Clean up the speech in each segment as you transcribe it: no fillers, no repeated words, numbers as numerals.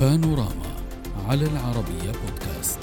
بانوراما على العربية بودكاست.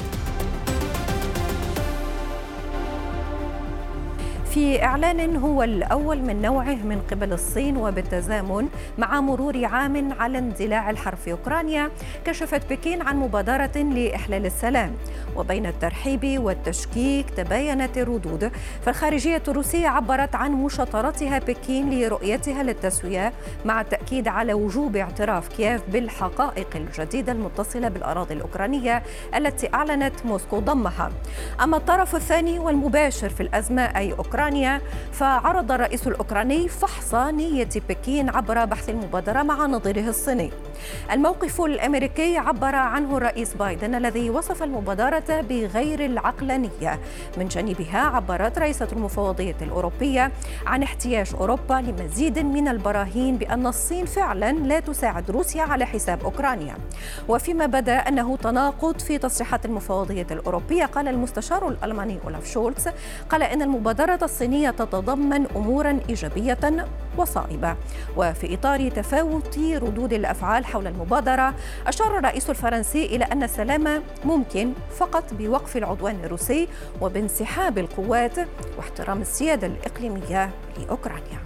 في إعلان هو الأول من نوعه من قبل الصين وبالتزامن مع مرور عام على اندلاع الحرب في أوكرانيا، كشفت بكين عن مبادرة لإحلال السلام، وبين الترحيب والتشكيك تباينت الردود. فالخارجية الروسية عبرت عن مشاطرتها بكين لرؤيتها للتسوية، مع التأكيد على وجوب اعتراف كييف بالحقائق الجديدة المتصلة بالأراضي الأوكرانية التي أعلنت موسكو ضمها. أما الطرف الثاني والمباشر في الأزمة أي أوكرانيا، فعرض الرئيس الأوكراني فحص نية بكين عبر بحث المبادرة مع نظيره الصيني. الموقف الأمريكي عبر عنه الرئيس بايدن الذي وصف المبادرة بغير العقلانية. من جانبها عبرت رئيسة المفوضية الأوروبية عن احتياج أوروبا لمزيد من البراهين بأن الصين فعلا لا تساعد روسيا على حساب أوكرانيا. وفيما بدا أنه تناقض في تصريحات المفوضية الأوروبية، قال المستشار الألماني أولاف شولتز قال إن المبادرة الصينية تتضمن أمورا إيجابية وصائبة. وفي إطار تفاوت ردود الأفعال حول المبادرة، أشار الرئيس الفرنسي إلى أن السلام ممكن فقط بوقف العدوان الروسي وبانسحاب القوات واحترام السيادة الإقليمية لأوكرانيا.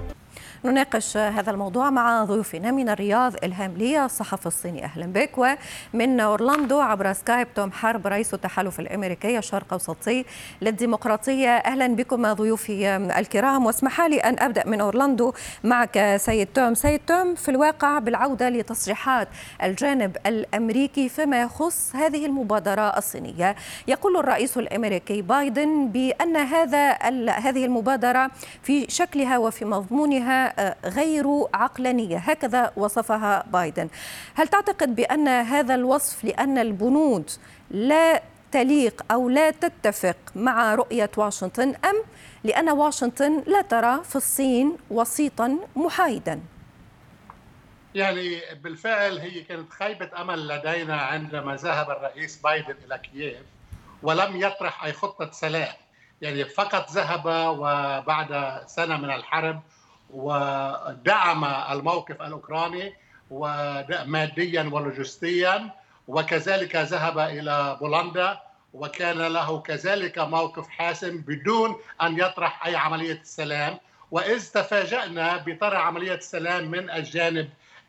نناقش هذا الموضوع مع ضيوفنا من الرياض إلهام لي الصحفي الصيني، أهلا بك، ومن أورلاندو عبر سكايب توم حرب رئيس التحالف الأمريكي الشرق أوسطي للديمقراطية. أهلا بكم ضيوفي الكرام، واسمح لي أن أبدأ من أورلاندو معك سيد توم. سيد توم، في الواقع بالعودة لتصريحات الجانب الأمريكي فيما يخص هذه المبادرة الصينية، يقول الرئيس الأمريكي بايدن بأن هذه المبادرة في شكلها وفي مضمونها غير عقلانية، هكذا وصفها بايدن. هل تعتقد بأن هذا الوصف لأن البنود لا تليق أو لا تتفق مع رؤية واشنطن، أم لأن واشنطن لا ترى في الصين وسيطا محايدا؟ يعني بالفعل هي كانت خيبة أمل لدينا عندما ذهب الرئيس بايدن إلى كييف ولم يطرح أي خطة سلام. يعني فقط ذهب وبعد سنة من الحرب ودعم الموقف الأوكراني ماديا ولوجستيا، وكذلك ذهب إلى بولندا وكان له كذلك موقف حاسم بدون أن يطرح أي عملية السلام. وإذ تفاجأنا بطرح عملية السلام من الجانب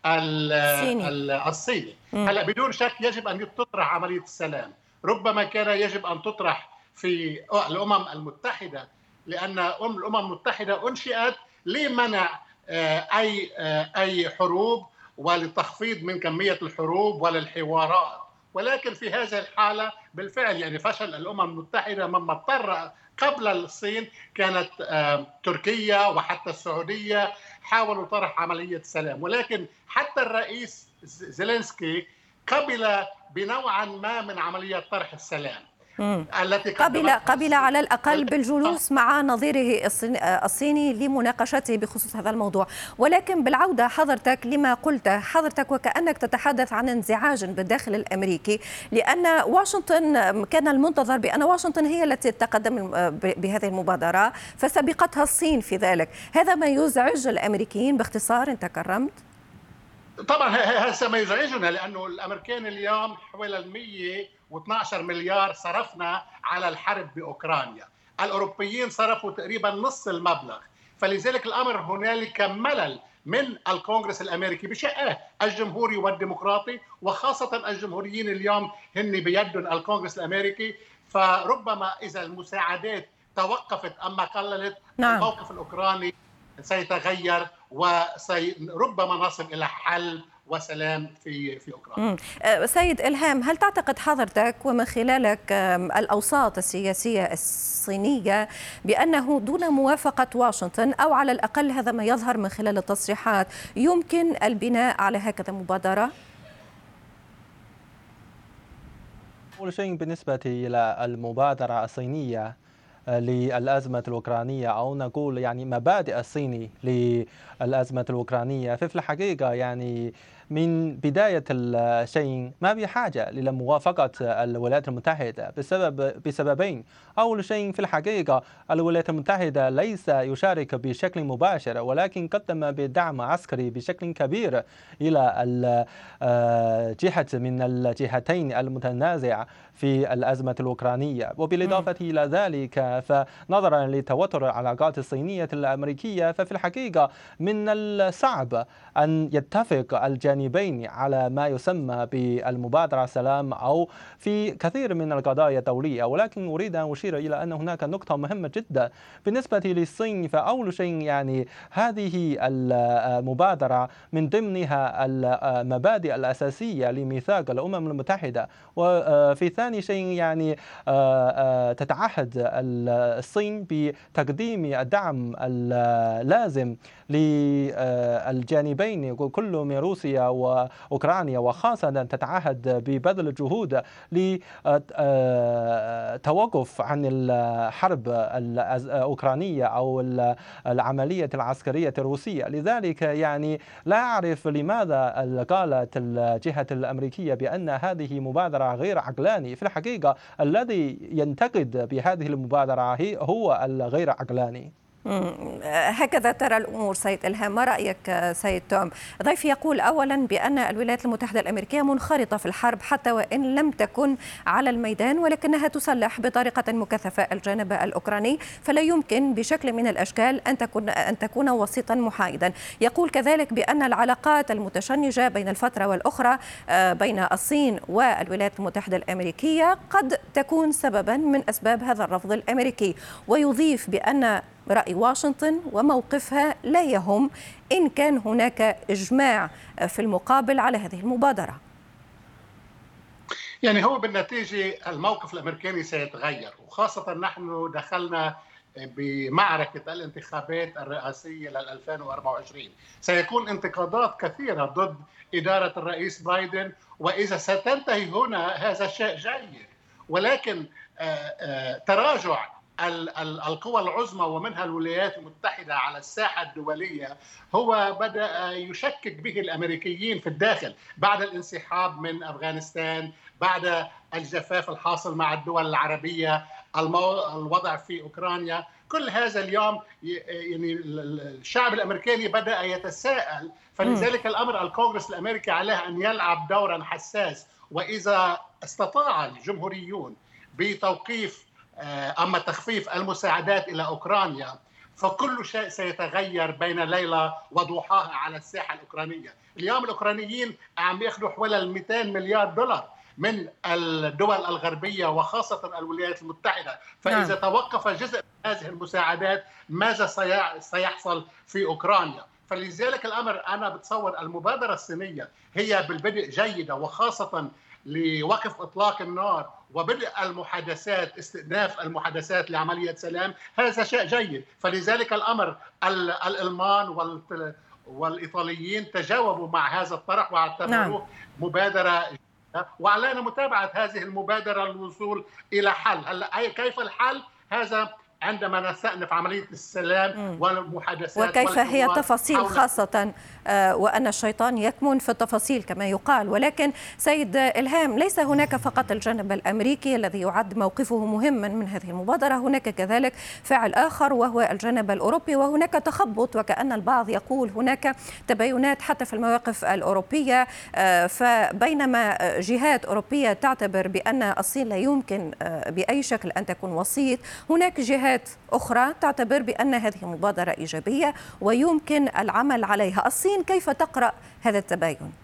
الصيني. هلا بدون شك يجب أن تطرح عملية السلام، ربما كان يجب أن تطرح في الأمم المتحدة، لأن الأمم المتحدة أنشئت لمنع أي حروب وللتخفيض من كمية الحروب وللحوارات. ولكن في هذه الحالة بالفعل يعني فشل الأمم المتحدة، مما اضطر قبل الصين كانت تركيا وحتى السعودية حاولوا طرح عملية سلام. ولكن حتى الرئيس زيلينسكي قبل بنوعا ما من عملية طرح السلام التي قبل على الأقل بالجلوس مع نظيره الصيني لمناقشته بخصوص هذا الموضوع. ولكن بالعودة حضرتك لما قلت حضرتك، وكأنك تتحدث عن انزعاج بالداخل الأمريكي، لأن واشنطن كان المنتظر بأن واشنطن هي التي تقدم بهذه المبادرة، فسبقتها الصين في ذلك. هذا ما يزعج الأمريكيين باختصار، إن تكرمت؟ طبعا هذا ما يزعجنا، لأنه الأمريكان اليوم حوالي 112 مليار صرفنا على الحرب بأوكرانيا، الأوروبيين صرفوا تقريبا نصف المبلغ. فلذلك الأمر هنالك ملل من الكونغرس الأمريكي بشأنه الجمهوري والديمقراطي، وخاصة الجمهوريين اليوم هن بيدهم الكونغرس الأمريكي. فربما إذا المساعدات توقفت أما قللت، الموقف الأوكراني سيتغير وربما نصل إلى حل وسلام في أوكرانيا. سيد إلهام، هل تعتقد حضرتك ومن خلالك الأوساط السياسية الصينية بأنه دون موافقة واشنطن، أو على الأقل هذا ما يظهر من خلال التصريحات، يمكن البناء على هكذا مبادرة؟ أول شيء بالنسبة إلى المبادرة الصينية للأزمة الأوكرانية، أو نقول يعني مبادئ الصيني للأزمة الأوكرانية، ففي الحقيقة يعني من بداية الشيء ما بحاجة لموافقة الولايات المتحدة بسببين. أول شيء في الحقيقة الولايات المتحدة ليس يشارك بشكل مباشر، ولكن قدم بدعم عسكري بشكل كبير إلى جهة من الجهتين المتنازعة في الأزمة الأوكرانية. وبالإضافة إلى ذلك فنظرا لتوتر العلاقات الصينية الأمريكية ففي الحقيقة من الصعب أن يتفق الجانبين على ما يسمى بالمبادرة السلام أو في كثير من القضايا الدولية. ولكن أريد أن أشير إلى أن هناك نقطة مهمة جدا بالنسبة للصين. فأول شيء يعني هذه المبادرة من ضمنها المبادئ الأساسية لميثاق الأمم المتحدة. وفي ثاني شيء يعني تتعهد الصين بتقديم الدعم اللازم للجانبين كل من روسيا وأوكرانيا، وخاصة تتعهد ببذل الجهود للتوقف عن الحرب الأوكرانية أو العملية العسكرية الروسية. لذلك يعني لا أعرف لماذا قالت الجهة الأمريكية بأن هذه مبادرة غير عقلاني. في الحقيقة الذي ينتقد بهذه المبادرة هو الغير عقلاني. هكذا ترى الأمور سيد إلهام. ما رأيك سيد توم؟ ضيفي يقول أولا بأن الولايات المتحدة الأمريكية منخرطة في الحرب حتى وإن لم تكن على الميدان، ولكنها تسلح بطريقة مكثفة الجانب الأوكراني، فلا يمكن بشكل من الأشكال أن تكون وسيطا محايدا. يقول كذلك بأن العلاقات المتشنجة بين الفترة والأخرى بين الصين والولايات المتحدة الأمريكية قد تكون سببا من أسباب هذا الرفض الأمريكي، ويضيف بأن رأي واشنطن وموقفها لا يهم إن كان هناك إجماع في المقابل على هذه المبادرة. يعني هو بالنتيجة الموقف الأمريكي سيتغير، وخاصة نحن دخلنا بمعركة الانتخابات الرئاسية لل 2024. سيكون انتقادات كثيرة ضد إدارة الرئيس بايدن، وإذا ستنتهي هنا هذا شيء جيد. ولكن تراجع القوى العظمى ومنها الولايات المتحدة على الساحة الدولية هو بدأ يشكك به الأمريكيين في الداخل بعد الانسحاب من أفغانستان، بعد الجفاف الحاصل مع الدول العربية، الوضع في أوكرانيا. كل هذا اليوم يعني الشعب الأمريكي بدأ يتساءل. فلذلك الأمر الكونغرس الأمريكي عليه أن يلعب دورا حساس، وإذا استطاع الجمهوريون بتوقيف أما تخفيف المساعدات إلى أوكرانيا فكل شيء سيتغير بين ليلة وضحاها على الساحة الأوكرانية. اليوم الأوكرانيين عم يأخذوا حوالي 200 مليار دولار من الدول الغربية وخاصة الولايات المتحدة. فإذا توقف جزء من هذه المساعدات ماذا سيحصل في أوكرانيا؟ فلذلك الأمر أنا بتصور المبادرة الصينية هي بالبدء جيدة، وخاصة لوقف إطلاق النار وبدء المحادثات، استئناف المحادثات لعملية سلام، هذا شيء جيد. فلذلك الأمر الألمان والإيطاليين تجاوبوا مع هذا الطرح واعتبروه مبادرة جيدة، وعلينا متابعة هذه المبادرة للوصول إلى حل. هلا كيف الحل؟ هذا عندما نستأنف عملية السلام والمحادثات وكيف هي تفاصيل، خاصة وأن الشيطان يكمن في التفاصيل كما يقال. ولكن سيد إلهام، ليس هناك فقط الجانب الأمريكي الذي يعد موقفه مهما من هذه المبادرة، هناك كذلك فاعل آخر وهو الجانب الأوروبي، وهناك تخبط وكأن البعض يقول هناك تباينات حتى في المواقف الأوروبية. فبينما جهات أوروبية تعتبر بأن الصين لا يمكن بأي شكل أن تكون وسيط، هناك جهات أخرى تعتبر بأن هذه مبادرة إيجابية ويمكن العمل عليها. الصين كيف تقرأ هذا التباين؟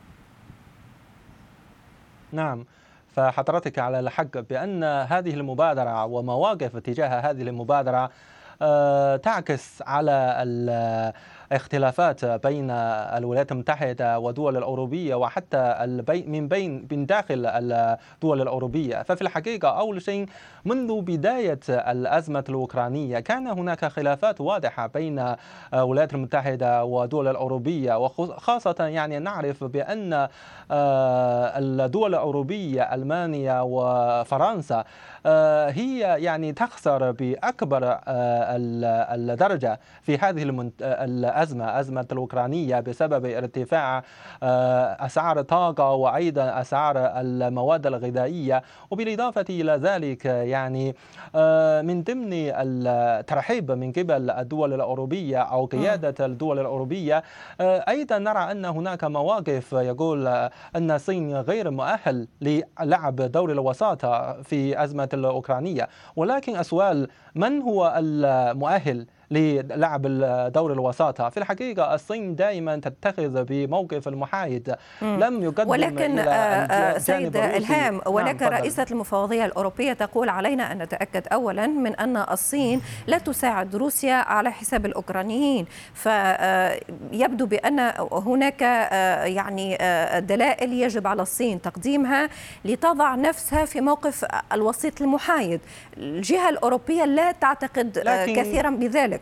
نعم، فحضرتك على الحق بأن هذه المبادرة ومواقف تجاه هذه المبادرة تعكس على الاختلافات بين الولايات المتحدة والدول الأوروبية، وحتى من داخل الدول الأوروبية. ففي الحقيقة أول شيء منذ بداية الأزمة الأوكرانية كان هناك خلافات واضحة بين الولايات المتحدة والدول الأوروبية، وخاصة يعني نعرف بأن الدول الأوروبية ألمانيا وفرنسا هي يعني تخسر بأكبر الدرجة في هذه أزمة الأوكرانية بسبب ارتفاع أسعار الطاقة وأيضا أسعار المواد الغذائية. وبالإضافة إلى ذلك يعني من ضمن الترحيب من قبل الدول الأوروبية أو قيادة الدول الأوروبية أيضا نرى أن هناك مواقف يقول أن الصين غير مؤهل للعب دور الوساطة في أزمة الأوكرانية. ولكن السؤال، من هو المؤهل للعب دور الوساطة؟ في الحقيقة الصين دائما تتخذ بموقف المحايد، لم يقدم ولكن سيد إلهام، ولكن رئيسة المفوضية الأوروبية تقول علينا أن نتأكد أولا من أن الصين لا تساعد روسيا على حساب الأوكرانيين، فيبدو بأن هناك يعني دلائل يجب على الصين تقديمها لتضع نفسها في موقف الوسيط المحايد. الجهة الأوروبية لا تعتقد كثيرا بذلك.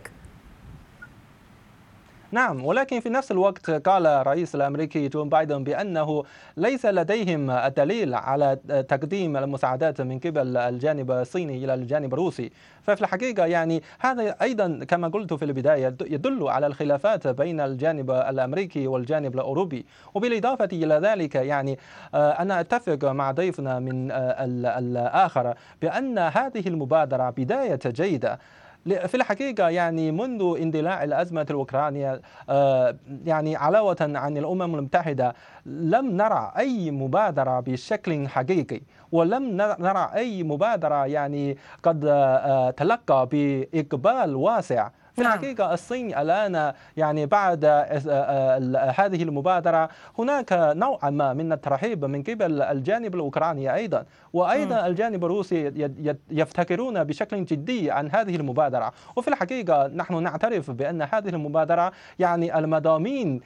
نعم، ولكن في نفس الوقت قال الرئيس الأمريكي جو بايدن بأنه ليس لديهم الدليل على تقديم المساعدات من قبل الجانب الصيني إلى الجانب الروسي. ففي الحقيقة يعني هذا أيضا كما قلت في البداية يدل على الخلافات بين الجانب الأمريكي والجانب الأوروبي. وبالإضافة إلى ذلك يعني أنا أتفق مع ضيفنا من الآخر بأن هذه المبادرة بداية جيدة. في الحقيقة يعني منذ اندلاع الأزمة الأوكرانية يعني علاوة عن الأمم المتحدة لم نرى أي مبادرة بشكل حقيقي، ولم نرى أي مبادرة يعني قد تلقى بإقبال واسع. في الحقيقة الصين الآن يعني بعد هذه المبادرة هناك نوعا ما من الترحيب من قبل الجانب الأوكراني أيضا، وأيضا الجانب الروسي يفتكرون بشكل جدي عن هذه المبادرة. وفي الحقيقة نحن نعترف بأن هذه المبادرة يعني المضامين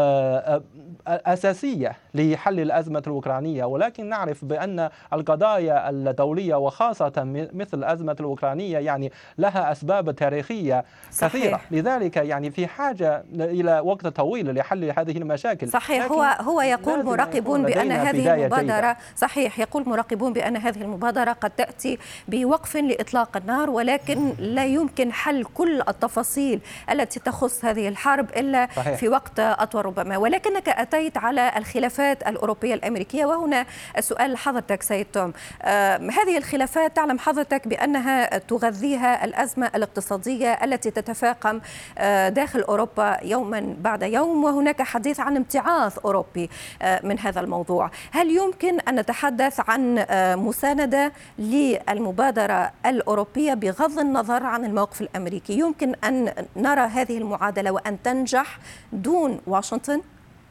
أساسية لحل الأزمة الأوكرانية، ولكن نعرف بأن القضايا الدولية وخاصة مثل الأزمة الأوكرانية يعني لها أسباب تاريخية كثيرة. لذلك يعني في حاجة إلى وقت طويل لحل هذه المشاكل. صحيح، هو يقول مراقبون بأن هذه المبادرة صحيح، يقول مراقبون بأن هذه المبادرة قد تأتي بوقف لإطلاق النار، ولكن لا يمكن حل كل التفاصيل التي تخص هذه الحرب إلا في وقت أطول ربما. ولكنك أتيت على الخلافات الأوروبية الأمريكية، وهنا السؤال لحضرتك سيد توم. هذه الخلافات تعلم حضرتك بأنها تغذيها الأزمة الاقتصادية التي تتفاقم داخل أوروبا يوما بعد يوم، وهناك حديث عن امتعاث أوروبي من هذا الموضوع. هل يمكن أن نتحدث عن مساندة للمبادرة الأوروبية بغض النظر عن الموقف الأمريكي؟ يمكن أن نرى هذه المعادلة وأن تنجح دون واشنطن؟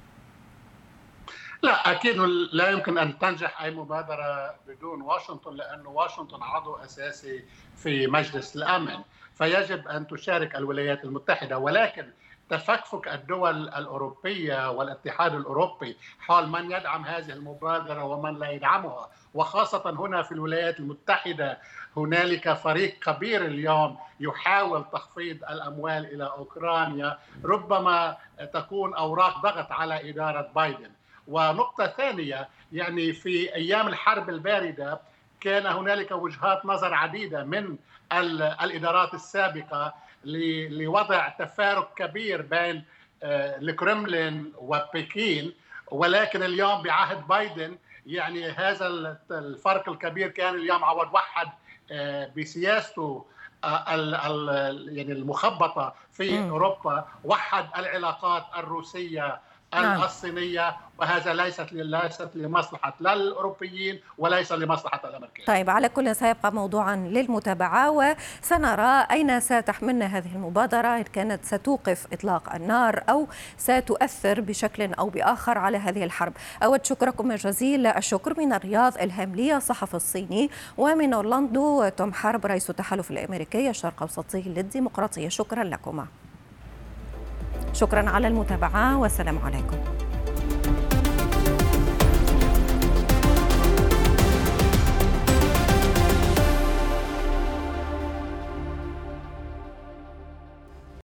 لا، أكيد لا يمكن أن تنجح أي مبادرة بدون واشنطن، لأن واشنطن عضو أساسي في مجلس الأمن، فيجب أن تشارك الولايات المتحدة. ولكن تفكك الدول الأوروبية والاتحاد الأوروبي حول من يدعم هذه المبادرة ومن لا يدعمها، وخاصة هنا في الولايات المتحدة هنالك فريق كبير اليوم يحاول تخفيض الأموال إلى أوكرانيا، ربما تكون أوراق ضغط على إدارة بايدن. ونقطة ثانية، يعني في أيام الحرب الباردة كان هنالك وجهات نظر عديدة من الإدارات السابقة لوضع تفارق كبير بين الكرملين وبكين، ولكن اليوم بعهد بايدن يعني هذا الفرق الكبير كان اليوم عوض وحد بسياسته يعني المخبطة في أوروبا، وحد العلاقات الروسية الصينية، وهذا ليست لمصلحة لا الأوروبيين وليس لمصلحة الأمريكيين. طيب، على كل سيبقى موضوعا للمتابعة، وسنرى أين ستحملنا هذه المبادرة، إن كانت ستوقف إطلاق النار أو ستؤثر بشكل أو بآخر على هذه الحرب. أود شكركم جزيل الشكر من الرياض إلهام لي الصحفي الصيني، ومن أورلاندو توم حرب رئيس التحالف الأمريكي الشرق الأوسطي للديمقراطية. شكرا لكما. شكرا على المتابعة والسلام عليكم.